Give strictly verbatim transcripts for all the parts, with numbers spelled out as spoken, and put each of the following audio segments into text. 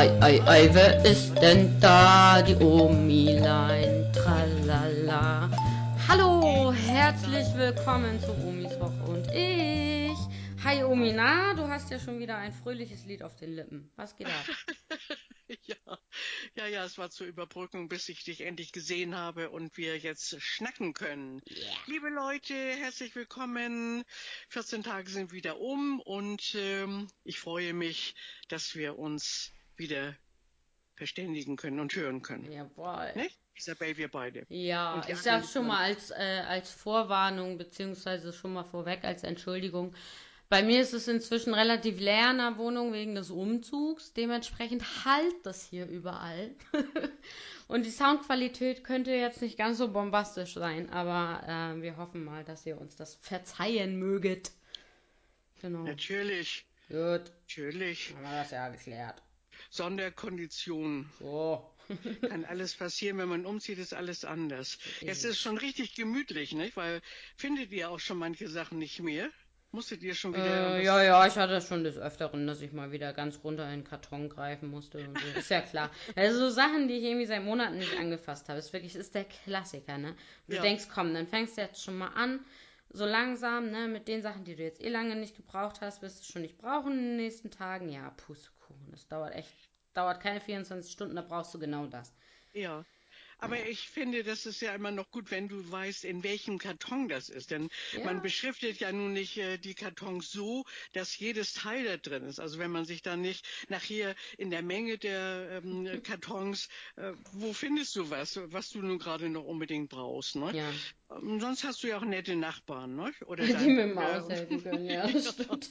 Ei, ei, ei, wer ist denn da? Die Omilein, tralala. Hallo, herzlich willkommen zu Omis Woche und ich. Hi Omi, na, du hast ja schon wieder ein fröhliches Lied auf den Lippen. Was geht ab? Ja, ja, ja, es war zur Überbrückung, bis ich dich endlich gesehen habe und wir jetzt schnacken können. Yeah. Liebe Leute, herzlich willkommen. vierzehn Tage sind wieder um und ähm, ich freue mich, dass wir uns wieder verständigen können und hören können. Jawohl. Nicht? Isabel, wir beide. Ja, Und die ich anderen sag's schon Lieben. mal als, äh, als Vorwarnung, beziehungsweise schon mal vorweg als Entschuldigung. Bei mir ist es inzwischen relativ leer in der Wohnung wegen des Umzugs. Dementsprechend halt das hier überall. Und die Soundqualität könnte jetzt nicht ganz so bombastisch sein, aber äh, wir hoffen mal, dass ihr uns das verzeihen möget. Genau. Natürlich, Gut. natürlich. Haben wir das ja geklärt. Sonderkonditionen. So. Kann alles passieren, wenn man umzieht, ist alles anders. So ist Jetzt ist es es. schon richtig gemütlich, nicht? Weil findet ihr auch schon manche Sachen nicht mehr? Musstet ihr schon wieder Äh, ja, irgendwas? ja, ich hatte das schon des Öfteren, dass ich mal wieder ganz runter in den Karton greifen musste und so. Ist ja klar. Also so Sachen, die ich irgendwie seit Monaten nicht angefasst habe. Ist wirklich, ist der Klassiker, ne? Und du Ja, denkst, komm, dann fängst du jetzt schon mal an, so langsam, ne, mit den Sachen, die du jetzt eh lange nicht gebraucht hast, wirst du schon nicht brauchen in den nächsten Tagen. Ja, Pustekuchen. Das dauert echt, dauert keine vierundzwanzig Stunden, da brauchst du genau das. ja. Aber Naja. ich finde, das ist ja immer noch gut, wenn du weißt, in welchem Karton das ist. Denn man Ja, beschriftet ja nun nicht äh, die Kartons so, dass jedes Teil da drin ist. Also wenn man sich dann nicht nachher in der Menge der ähm, Kartons, äh, wo findest du was, was du nun gerade noch unbedingt brauchst, ne? ja. Ähm, sonst hast du ja auch nette Nachbarn, ne? Oder Die dein mir mal Bruder. aushelfen können, ja, das stimmt.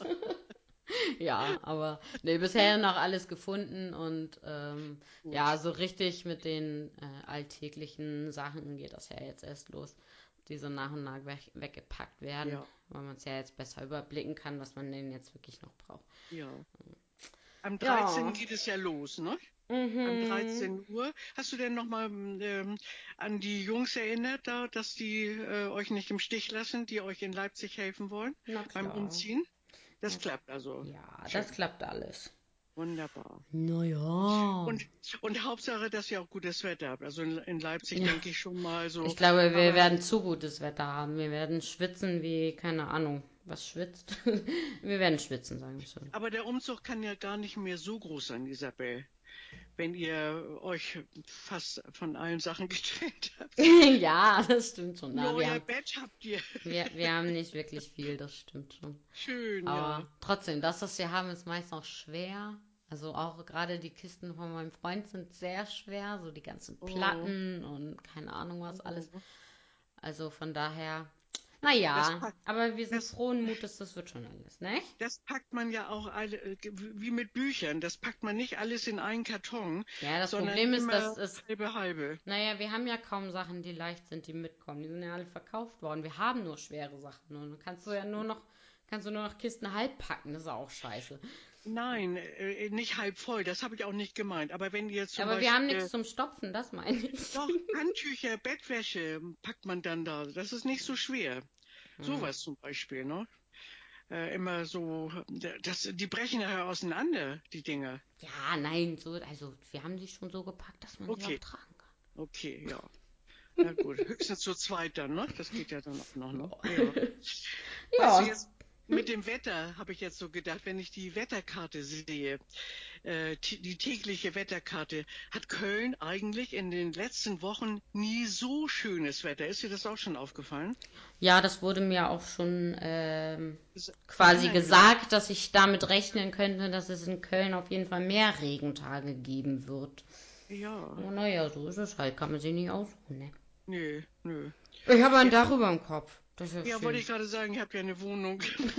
Ja, aber nee, bisher noch alles gefunden und ähm, ja, Gut. so richtig mit den äh, alltäglichen Sachen geht das ja jetzt erst los, die so nach und nach weg, weggepackt werden, Ja, weil man es ja jetzt besser überblicken kann, was man denn jetzt wirklich noch braucht. ja. Am dreizehnten Ja, geht es ja los, ne? Am mhm. dreizehn Uhr. Hast du denn nochmal ähm, an die Jungs erinnert, da, dass die äh, euch nicht im Stich lassen, die euch in Leipzig helfen wollen Na beim klar, Umziehen? na Das klar. klappt also. Ja, das Schön. klappt alles. Wunderbar. Naja. Und, und Hauptsache, dass ihr auch gutes Wetter habt. Also in, in Leipzig denke ich schon mal Ich so. glaube, wir Aber, werden zu gutes Wetter haben. Wir werden schwitzen wie, keine Ahnung, was schwitzt. Wir werden schwitzen, sagen wir so. aber der Umzug kann ja gar nicht mehr so groß sein, Isabel, wenn ihr euch fast von allen Sachen getrennt habt. Ja, das stimmt schon. Na, Nur wir euer haben, Bett habt ihr. wir, wir haben nicht wirklich viel, das stimmt schon. Schön, ja. Aber trotzdem, das, was wir haben, ist meist auch schwer. Also auch gerade die Kisten von meinem Freund sind sehr schwer, so die ganzen Oh, Platten und keine Ahnung was alles. oh. Also von daher, Das naja, packt, aber wir sind das, frohen Mutes, das wird schon alles, ne? das packt man ja auch alle, äh, wie mit Büchern. Das packt man nicht alles in einen Karton, Ja, das sondern Problem ist, dass immer es, halbe halbe. naja, wir haben ja kaum Sachen, die leicht sind, die mitkommen. Die sind ja alle verkauft worden. Wir haben nur schwere Sachen. Und dann kannst du ja nur noch, kannst du nur noch Kisten halb packen. Das ist auch scheiße. Nein, äh, nicht halb voll. Das habe ich auch nicht gemeint. Aber wenn ihr zum Aber wir haben Beispiel, nichts zum Stopfen, das meine ich. doch, Handtücher, Bettwäsche packt man dann da. Das ist nicht so schwer. Hm. Sowas zum Beispiel, ne? Äh, immer so, das, die brechen ja auseinander, die Dinger. Ja, nein, so, also wir haben sie schon so gepackt, dass man sie auch Okay, tragen kann. okay, ja. Na gut, höchstens zu zweit dann, ne? Das geht ja dann auch noch, ne? Ja. Weißt du, Ja. jetzt mit dem Wetter habe ich jetzt so gedacht, wenn ich die Wetterkarte sehe, äh, t- die tägliche Wetterkarte, hat Köln eigentlich in den letzten Wochen nie so schönes Wetter. Ist dir das auch schon aufgefallen? Ja, das wurde mir auch schon ähm, Das ist quasi vergangenheit. gesagt, dass ich damit rechnen könnte, dass es in Köln auf jeden Fall mehr Regentage geben wird. Ja, Oh, naja, so ist es halt. Kann man sich nicht aussuchen, ne? nö, nö. Ich habe ein Ihr habt, Dach über dem Kopf. Das ist ja ja, wollte schön. ich gerade sagen, ihr habt ja eine Wohnung.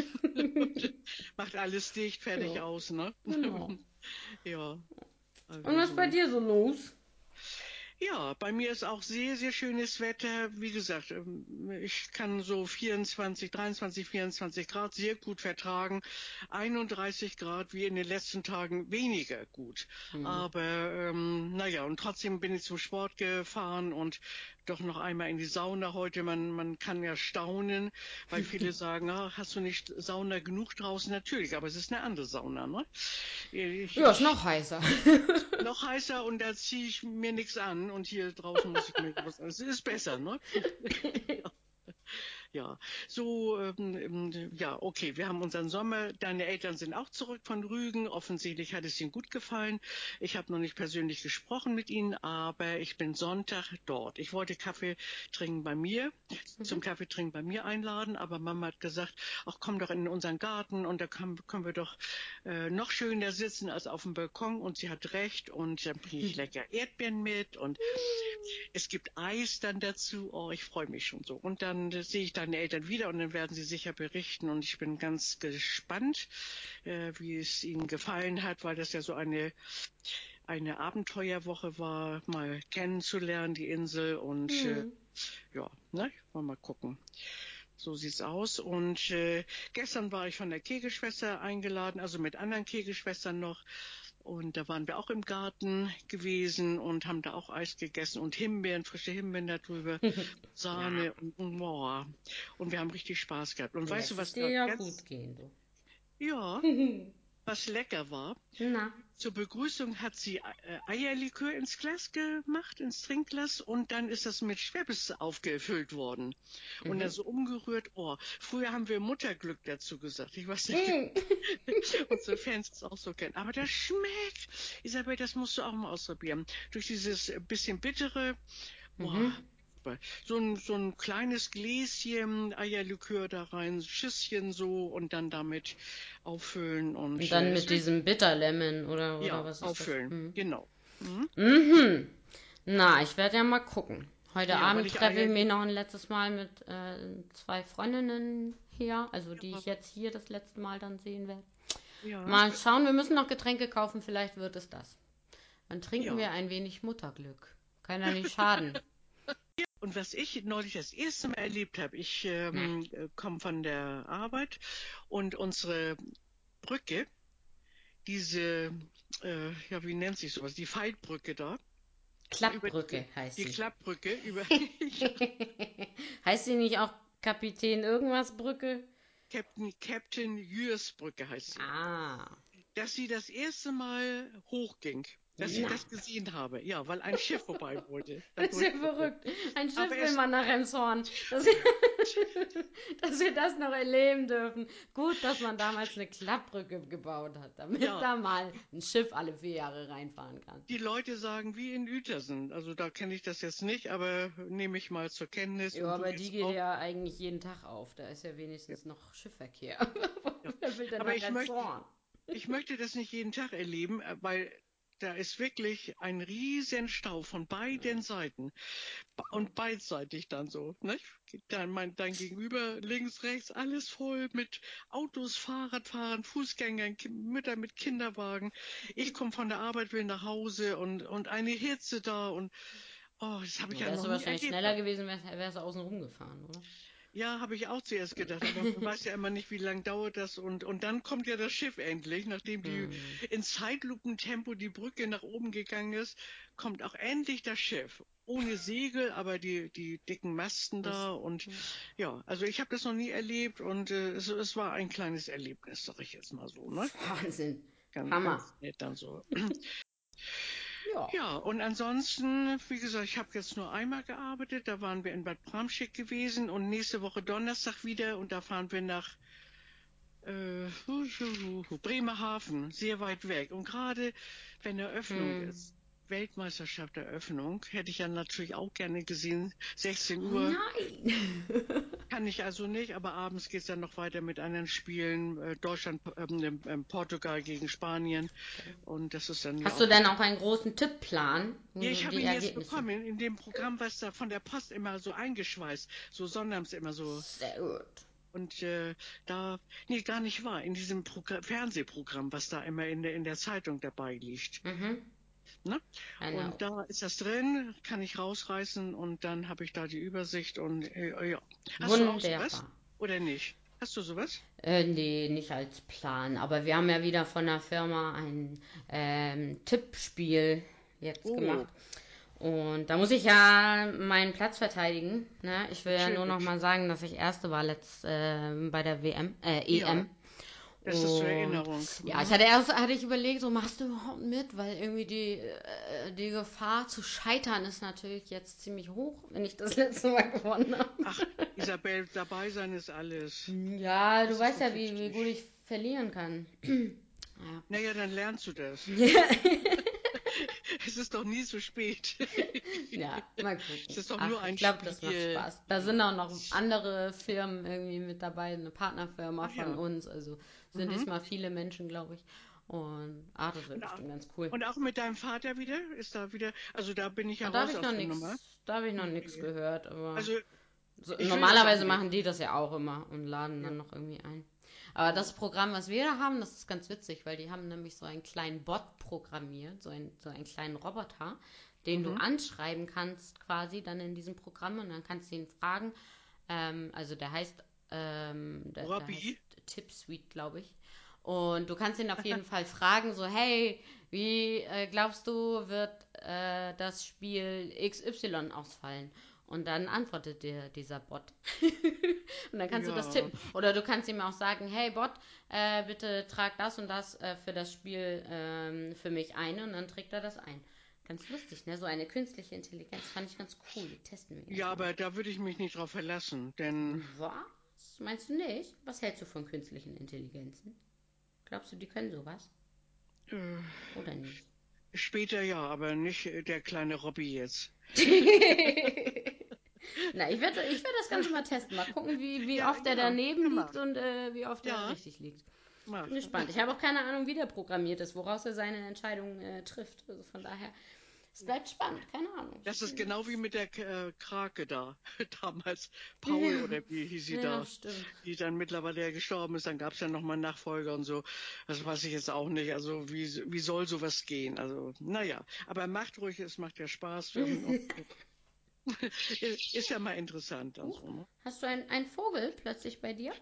Macht alles dicht, fertig Ja, aus, ne? genau. Ja, Und also was ist bei so. dir so los? Ja, bei mir ist auch sehr, sehr schönes Wetter. Wie gesagt, ähm, ich kann so vierundzwanzig, dreiundzwanzig, vierundzwanzig Grad sehr gut vertragen. einunddreißig Grad wie in den letzten Tagen weniger gut. Hm. Aber ähm, naja, und trotzdem bin ich zum Sport gefahren und doch noch einmal in die Sauna heute. Man, man kann ja staunen, weil viele sagen, ah, hast du nicht Sauna genug draußen? Natürlich, aber es ist eine andere Sauna, ne? Ich, Ja, ist ich, noch heißer. noch heißer und da ziehe ich mir nichts an und hier draußen muss ich mir was an. Es ist besser, ne? Ja. Ja, so, ähm, ähm, ja, okay, wir haben unseren Sommer. Deine Eltern sind auch zurück von Rügen. Offensichtlich hat es ihnen gut gefallen. Ich habe noch nicht persönlich gesprochen mit ihnen, aber ich bin Sonntag dort. Ich wollte Kaffee trinken bei mir, zum Mhm. Kaffee trinken bei mir einladen, aber Mama hat gesagt, ach komm doch in unseren Garten und da kann, können wir doch äh, noch schöner sitzen als auf dem Balkon. Und sie hat recht und dann bringe ich lecker Erdbeeren mit und es gibt Eis dann dazu. Oh, ich freue mich schon so. Und dann äh, sehe ich deine Eltern wieder und dann werden sie sicher berichten. Und ich bin ganz gespannt, äh, wie es ihnen gefallen hat, weil das ja so eine, eine Abenteuerwoche war, mal kennenzulernen, die Insel. Und äh, Mhm. ja, ne, wollen wir mal gucken. So sieht's aus. Und äh, gestern war ich von der Kegelschwester eingeladen, also mit anderen Kegelschwestern noch. Und da waren wir auch im Garten gewesen und haben da auch Eis gegessen und Himbeeren, frische Himbeeren da drüber, Ja, Sahne und, und boah. Und wir haben richtig Spaß gehabt. Und weißt du, lässt es was dir da ja gut ganz, gehen, du. ja, was lecker war? Na. Zur Begrüßung hat sie äh, Eierlikör ins Glas gemacht, ins Trinkglas, und dann ist das mit Schweppes aufgefüllt worden. Und dann Mhm. so umgerührt. Oh, früher haben wir Mutterglück dazu gesagt. Ich weiß nicht, Mhm. unsere Fans das auch so kennen. Aber das schmeckt. Isabel, das musst du auch mal ausprobieren. Durch dieses bisschen bittere. Boah, Mhm. super. So ein, so ein kleines Gläschen Eierlikör da rein, Schüsschen so und dann damit auffüllen Und und dann äh, es mit wird, diesem Bitterlemon oder, oder ja, was ist das? auffüllen. Mhm. Genau. Mhm. Mhm. Na, ich werde ja mal gucken. Heute Ja, weil Abend ich treffe ich mich Eierlikör. noch ein letztes Mal mit äh, zwei Freundinnen hier, also die ich jetzt hier das letzte Mal dann sehen werde. Ja, Mal schauen, wir müssen noch Getränke kaufen, vielleicht wird es das. Dann trinken ja. wir ein wenig Mutterglück. Kann ja nicht schaden. Und was ich neulich das erste Mal erlebt habe, ich Na, ähm, äh, komme von der Arbeit und unsere Brücke, diese, äh, ja, wie nennt sich sowas, die Faltbrücke da, über die, Klappbrücke heißt die sie. Klappbrücke, über ja, Heißt sie nicht auch Kapitän irgendwas Brücke? Captain, Captain Jürs Brücke heißt sie, Ah, dass sie das erste Mal hochging, dass ich na, das gesehen habe, ja, weil ein Schiff vorbei wollte, da das ist ja durch wollte. verrückt. Ein Aber Schiff will es, man nach Emshorn. Das, dass wir das noch erleben dürfen. Gut, dass man damals eine Klappbrücke gebaut hat, damit ja, da mal ein Schiff alle vier Jahre reinfahren kann. die Leute sagen wie in Uetersen. Also da kenne ich das jetzt nicht, aber nehme ich mal zur Kenntnis Ja, und du aber die jetzt geht auch. ja eigentlich jeden Tag auf. Da ist ja Ja, wenigstens noch Schiffverkehr. ja. Wer will denn Aber nach ich möchte, Emshorn? ich möchte das nicht jeden Tag erleben, äh, weil da ist wirklich ein riesen Stau von beiden Seiten und beidseitig dann so, ne? Dann mein, dein Gegenüber links, rechts, alles voll mit Autos, Fahrradfahrern, Fußgängern, Ki- Mütter mit Kinderwagen. Ich komme von der Arbeit, will nach Hause und und eine Hitze da und oh, das habe ich ja Wärst noch du nie wahrscheinlich erlebt. schneller gewesen, wärst, wärst du außen rumgefahren, oder? Ja, habe ich auch zuerst gedacht, aber man weiß ja immer nicht, wie lang dauert das und und dann kommt ja das Schiff endlich, nachdem die Hm. in Zeitlupentempo die Brücke nach oben gegangen ist, kommt auch endlich das Schiff. Ohne Segel, aber die die dicken Masten Das, da und ja, also ich habe das noch nie erlebt und äh, es, es war ein kleines Erlebnis, sag ich jetzt mal so, ne? Wahnsinn. Ganz, Hammer. ganz nett dann so. Ja. Ja, und ansonsten, wie gesagt, ich habe jetzt nur einmal gearbeitet, da waren wir in Bad Bramschick gewesen und nächste Woche Donnerstag wieder und da fahren wir nach äh, Bremerhaven, sehr weit weg. Und gerade wenn Eröffnung Hm. ist, Weltmeisterschaft Eröffnung, hätte ich ja natürlich auch gerne gesehen. sechzehn Oh Uhr nein. kann ich also nicht, aber abends geht's dann noch weiter mit anderen Spielen. Äh, Deutschland, ähm, ähm, Portugal gegen Spanien. Und das ist dann ja Hast du auch. denn auch einen großen Tippplan, wo Ja, du ich habe die ihn jetzt Ergebnisse? bekommen, in dem Programm, was da von der Post immer so eingeschweißt, so sonnabends immer so. Sehr gut. Und äh, da, nee, gar nicht wahr, in diesem Progr Fernsehprogramm, was da immer in der, in der Zeitung dabei liegt. Mhm. Ne? Genau. Und da ist das drin, kann ich rausreißen und dann habe ich da die Übersicht und äh, ja. Hast du auch sowas? Wunderbar. Oder nicht? Hast du sowas? Äh, nee, nicht als Plan. Aber wir haben ja wieder von der Firma ein ähm, Tippspiel jetzt gemacht. Oh, Und da muss ich ja meinen Platz verteidigen. Ne? Ich will ja nur noch Natürlich. mal sagen, dass ich Erste war letzt, äh, bei der W M, äh, Ja, E M. das ist zur Und Erinnerung. ja, ich Mhm. hatte erst hatte ich überlegt, so machst du überhaupt mit, weil irgendwie die, äh, die Gefahr zu scheitern ist natürlich jetzt ziemlich hoch, wenn ich das letzte Mal gewonnen habe. Ach, Isabel, dabei sein ist alles. Ja, du Das ist weißt doch ja, wie, wie gut wichtig. ich verlieren kann. Ja. Naja, dann lernst du das. Es ist doch nie zu spät. Ja, mal Es gucken. ist doch Ach, nur ich ein glaube, das macht Spiel. Spaß. Da sind Ja. auch noch andere Firmen irgendwie mit dabei, eine Partnerfirma Ach von ja. uns. Also sind Mhm. diesmal viele Menschen, glaube ich. Und ach, das wird Und, au- bestimmt ganz cool. und auch mit deinem Vater wieder? Ist da wieder? Also da bin ich ja Da habe raus ich noch aus der Nummer. nichts, da habe ich noch nichts Nee. gehört, aber Also so, ich will das auch normalerweise nicht. machen die das ja auch immer und laden Ja, dann noch irgendwie ein. Aber das ja. Programm, was wir da haben, das ist ganz witzig, weil die haben nämlich so einen kleinen Bot programmiert, so, ein, so einen kleinen Roboter, den du Mhm. anschreiben kannst quasi dann in diesem Programm und dann kannst du ihn fragen. Ähm, also der heißt, ähm, der, der heißt Robbie? Tipsuite, glaube ich. Und du kannst ihn auf jeden Fall fragen, so, hey, wie äh, glaubst du, wird äh, das Spiel X Y ausfallen? Und dann antwortet dir dieser Bot. Und dann kannst du das Ja. tippen. Oder du kannst ihm auch sagen, hey Bot, äh, bitte trag das und das äh, für das Spiel ähm, für mich ein. Und dann trägt er das ein. Ganz lustig, ne? So eine künstliche Intelligenz fand ich ganz cool. Die testen wir jetzt Ja, mal. aber da würde ich mich nicht drauf verlassen, denn Was? Meinst du nicht? Was hältst du von künstlichen Intelligenzen? Glaubst du, die können sowas? äh, Oder nicht? später ja, aber nicht äh, der kleine Robbie jetzt. Na, ich werde ich werd das Ganze mal testen. Mal gucken, wie, wie Ja, oft er ja, daneben ja, liegt mach. und äh, wie oft er Ja, richtig liegt. mach. Bin gespannt. Ich habe auch keine Ahnung, wie der programmiert ist, woraus er seine Entscheidung äh, trifft. Also von daher, es bleibt spannend. Keine Ahnung. Das Ich ist bin, genau wie mit der K- äh, Krake da. Damals Paul ja, oder wie hieß sie ja, da, stimmt. die dann mittlerweile ja gestorben ist. Dann gab es ja nochmal Nachfolger und so. Das weiß ich jetzt auch nicht. Also wie, wie soll sowas gehen? Also, naja. Aber macht ruhig, es macht ja Spaß. Und, ist ja mal interessant. Huch, Also, ne? hast du einen, einen Vogel plötzlich bei dir?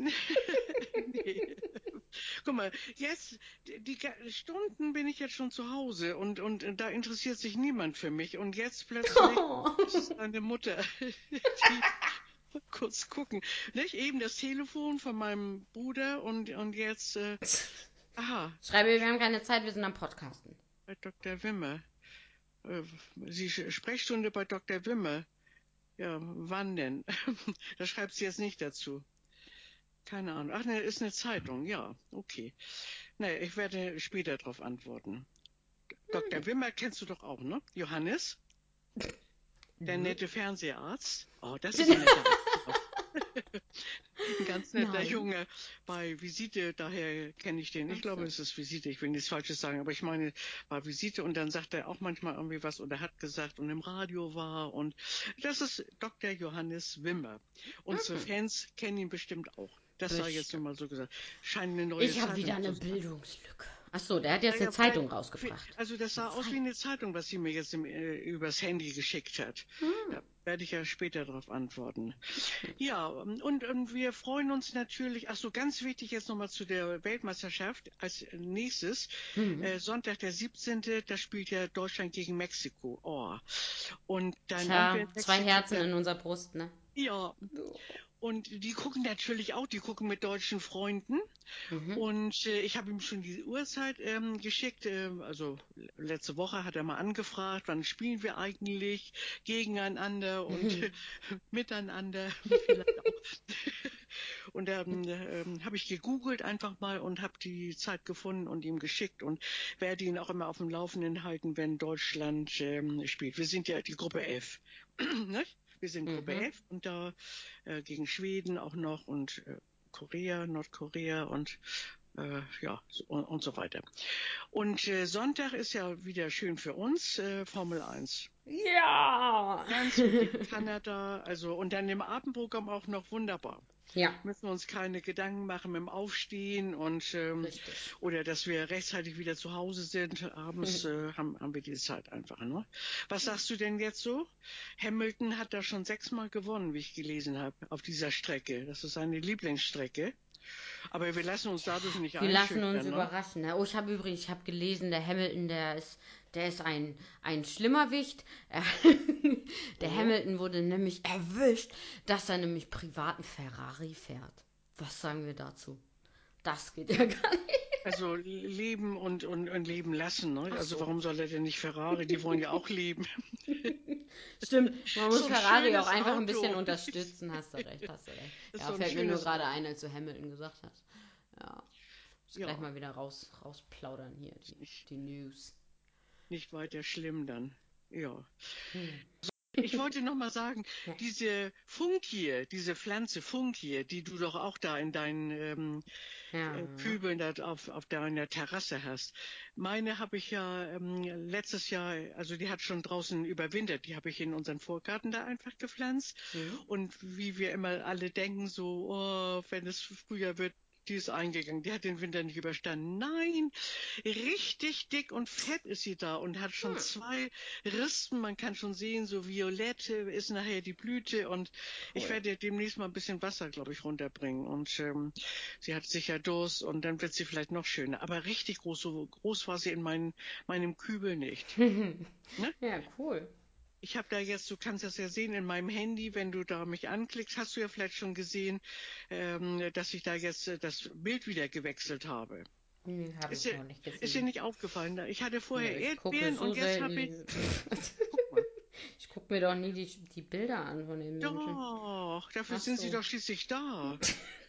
Nee. Guck mal, jetzt, die, die Stunden bin ich jetzt schon zu Hause und, und da interessiert sich niemand für mich. Und jetzt plötzlich ist es deine Mutter, die kurz gucken. Nicht? Eben das Telefon von meinem Bruder und, und jetzt, äh, aha, Schreibe, wir haben keine Zeit, wir sind am Podcasten. bei Doktor Wimmer. Äh, Sie Sprechstunde bei Doktor Wimmer. Ja, wann denn? Das schreibt sie jetzt nicht dazu. Keine Ahnung. Ach ne, ist eine Zeitung. Ja, okay. Nee, ich werde später darauf antworten. Doktor Wimmer kennst du doch auch, ne? Johannes, der Nö. nette Fernseharzt. Oh, das ist ein netter Arzt. Ein ganz netter Nein. Junge bei Visite, daher kenne ich den. Ich Ach glaube, so. es ist Visite, ich will nichts Falsches sagen, aber ich meine, bei Visite und dann sagt er auch manchmal irgendwie was oder hat gesagt und im Radio war und das ist Doktor Johannes Wimmer. Unsere Mhm. Fans kennen ihn bestimmt auch. Das sei jetzt nur Bestimmt. mal so gesagt. Scheint eine neue Ich habe wieder Zeitung zu eine sein. Bildungslücke. Ach so, der hat jetzt eine Naja, weil, Zeitung rausgebracht. also das sah aus wie Fein. eine Zeitung, was sie mir jetzt im, äh, übers Handy geschickt hat. Hm. Da werde ich ja später darauf antworten. Ja, und, und wir freuen uns natürlich, ach so, ganz wichtig jetzt nochmal zu der Weltmeisterschaft als nächstes. Hm. Äh, Sonntag, der siebzehnte, da spielt ja Deutschland gegen Mexiko. Oh. Und dein Onkel Tja, in zwei Mexiko, Herzen der, in unserer Brust, ne? ja, und die gucken natürlich auch, die gucken mit deutschen Freunden. Mhm. Und äh, ich habe ihm schon die Uhrzeit ähm, geschickt. Äh, also letzte Woche hat er mal angefragt, wann spielen wir eigentlich gegeneinander und äh, miteinander vielleicht auch. Und dann ähm, habe ich gegoogelt einfach mal und habe die Zeit gefunden und ihm geschickt und werde ihn auch immer auf dem Laufenden halten, wenn Deutschland ähm, spielt. Wir sind ja die Gruppe F. Ne? Wir sind Gruppe Mhm. F und da äh, gegen Schweden auch noch und äh, Korea, Nordkorea und äh, ja so, und, und so weiter. Und äh, Sonntag ist ja wieder schön für uns, äh, Formel eins. Ja. Ganz wichtig, Kanada, also und dann im Abendprogramm auch noch wunderbar. Ja, Müssen wir uns keine Gedanken machen mit dem Aufstehen und ähm, richtig. oder dass wir rechtzeitig wieder zu Hause sind. Abends äh, haben, haben wir die Zeit einfach. Ne? Was sagst du denn jetzt so? Hamilton hat da schon sechsmal gewonnen, wie ich gelesen habe, auf dieser Strecke. Das ist seine Lieblingsstrecke. Aber wir lassen uns dadurch nicht Wir lassen uns einschüchtern, ne? überraschen. Ne? Oh, ich habe übrigens, ich habe gelesen, der Hamilton, der ist, der ist ein, ein Schlimmerwicht. Er- Der Oh. Hamilton wurde nämlich erwischt, dass er nämlich privaten Ferrari fährt. Was sagen wir dazu? Das geht ja gar nicht. Also leben und, und, und leben lassen, ne? Ach Also so. warum soll er denn nicht Ferrari? Die wollen ja auch leben. Stimmt, man So muss ein Ferrari auch schönes einfach ein bisschen Auto. unterstützen. Hast du recht, hast du recht. Das ist Ja, so ein fällt mir nur schönes gerade Auto. ein, als du Hamilton gesagt hast. Ja, muss gleich Ja, mal wieder raus, rausplaudern hier, die, ist nicht, die News. nicht weiter schlimm dann. Ja. Hm. Ich wollte noch mal sagen, Ja. diese Funkie, diese Pflanze Funkie, die du doch auch da in deinen ähm, Ja. äh, Kübeln da auf, auf deiner Terrasse hast. Meine habe ich ja ähm, letztes Jahr, also die hat schon draußen überwintert, die habe ich in unseren Vorgarten da einfach gepflanzt. Hm. Und wie wir immer alle denken, so, oh, wenn es Frühjahr wird, die ist eingegangen, die hat den Winter nicht überstanden. Nein, richtig dick und fett ist sie da und hat schon Hm. zwei Rispen. Man kann schon sehen, so violette ist nachher die Blüte und ich Cool. werde ihr demnächst mal ein bisschen Wasser, glaube ich, runterbringen. Und ähm, sie hat sicher Durst und dann wird sie vielleicht noch schöner. Aber richtig groß, so groß war sie in mein, meinem Kübel nicht. Ne? Ja, cool. Ich habe da jetzt, du kannst das ja sehen in meinem Handy, wenn du da mich anklickst, hast du ja vielleicht schon gesehen, ähm, dass ich da jetzt äh, das Bild wieder gewechselt habe. Hm, habe Ist ich dir, noch nicht ist dir gesehen. nicht aufgefallen? Ne? Ich hatte Nö, vorher ich gucke Erdbeeren so und jetzt selten habe ich, die. guck mal. Ich gucke mir doch nie die, die Bilder an von den Menschen. Doch, dafür Ach sind sie so. doch schließlich da.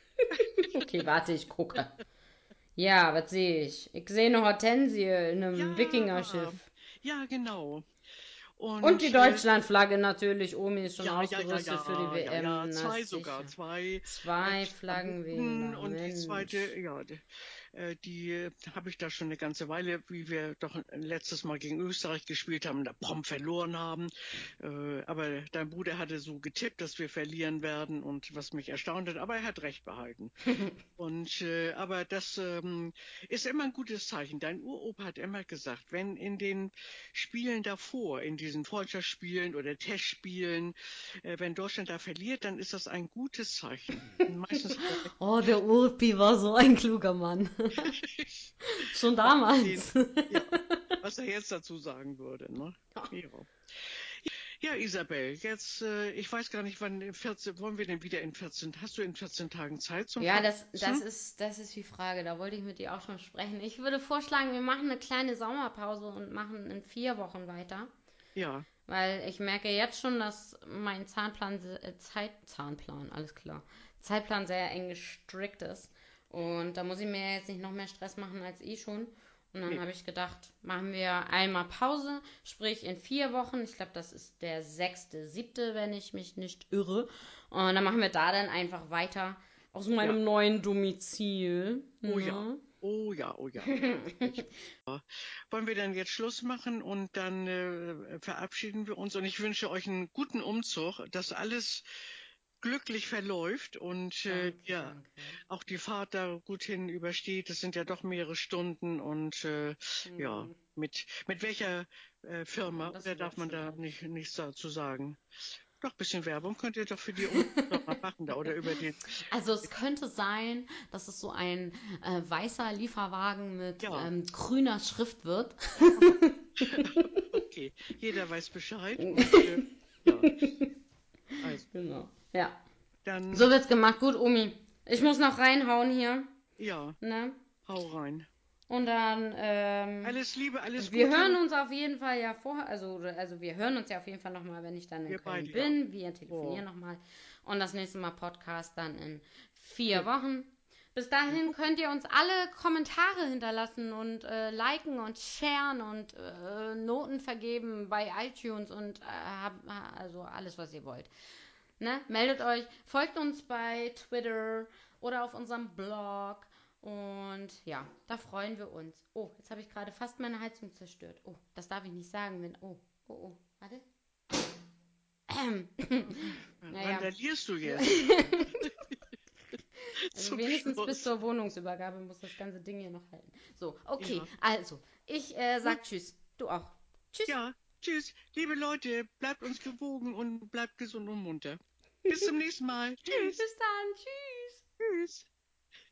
Okay, warte, ich gucke. Ja, was sehe ich? Ich sehe eine Hortensie in einem Ja, Wikingerschiff. ja, genau. Und die Und äh, Deutschlandflagge natürlich. Omi ist schon ja, ja, ja, ausgerüstet für die ja, ja, ja, W M. Na zwei sogar, sicher. zwei Zwei eigentlich am Flaggen wehen Boden da. und die zweite, Mensch. ja, die, äh, die äh, habe ich da schon eine ganze Weile, wie wir doch letztes Mal gegen Österreich gespielt haben, da prompt verloren haben. Äh, aber dein Bruder hatte so getippt, dass wir verlieren werden und was mich erstaunt hat, aber er hat recht behalten. Und äh, aber das ähm, ist immer ein gutes Zeichen. Dein Uropa hat immer gesagt, wenn in den Spielen davor, in diesen Freundschaftsspielen oder Testspielen, äh, wenn Deutschland da verliert, dann ist das ein gutes Zeichen. Und meistens hat er recht. Oh, der Urpi war so ein kluger Mann. Schon Mal sehen, damals. ja, was er jetzt dazu sagen würde, ne? Ja. Ja, Isabel, jetzt, äh, ich weiß gar nicht, wann in vierzehn, wollen wir denn wieder in vierzehn, hast du in vierzehn Tagen Zeit zum Ja, das, das Verreisen? ist, das ist die Frage. Da wollte ich mit dir auch schon sprechen. Ich würde vorschlagen, wir machen eine kleine Sommerpause und machen in vier Wochen weiter. Ja, Weil ich merke jetzt schon, dass mein Zahnplan, äh, Zeit, Zahnplan, alles klar, Zeitplan sehr eng gestrickt ist. Und da muss ich mir jetzt nicht noch mehr Stress machen als eh schon. Und dann nee, habe ich gedacht, machen wir einmal Pause, sprich in vier Wochen. Ich glaube, das ist der sechste, siebte, wenn ich mich nicht irre. Und dann machen wir da dann einfach weiter aus ja. meinem neuen Domizil. Oh ja, Ne? oh ja, oh ja. Ich, wollen wir dann jetzt Schluss machen und dann äh, verabschieden wir uns und ich wünsche euch einen guten Umzug, dass alles glücklich verläuft und äh, Danke, ja, danke. auch die Fahrt da gut hin übersteht. Es sind ja doch mehrere Stunden und äh, ja, Hm, mit mit welcher äh, oh, Firma das oder darf wird man schon da alles. nicht nichts dazu sagen? Doch, bisschen Werbung könnt ihr doch für die Umzugsfirma machen da oder über den Also es könnte sein, dass es so ein äh, weißer Lieferwagen mit ja, ähm, grüner Schrift wird. okay, jeder weiß Bescheid und äh, ja, also Genau. Ja. dann So wird's gemacht. Gut, Omi. Ich muss noch reinhauen hier. ja, Ne? hau rein. Und dann, ähm, Alles Liebe, alles wir hören Gute. uns auf jeden Fall ja vorher, also, also wir hören uns ja auf jeden Fall nochmal, wenn ich dann in Wir Köln beide, ja. bin. Wir telefonieren Oh, nochmal. Und das nächste Mal Podcast dann in ja. vier Wochen. Bis dahin könnt ihr uns alle Kommentare hinterlassen und äh, liken und sharen und äh, Noten vergeben bei iTunes und äh, hab- also alles, was ihr wollt. Ne? Meldet euch, folgt uns bei Twitter oder auf unserem Blog. Und ja, da freuen wir uns. Oh, jetzt habe ich gerade fast meine Heizung zerstört. Oh, das darf ich nicht sagen, wenn. Oh, oh, oh. Warte. Ähm. Naja. Randalierst du jetzt Also zum wenigstens bis Schluss? zur Wohnungsübergabe muss das ganze Ding hier noch halten. So, okay. Ja, Also, ich äh, gut. sag Tschüss. Du auch. Tschüss. Ja, tschüss. Liebe Leute, bleibt uns gewogen und bleibt gesund und munter. Bis zum nächsten Mal. Tschüss. Bis dann. Tschüss.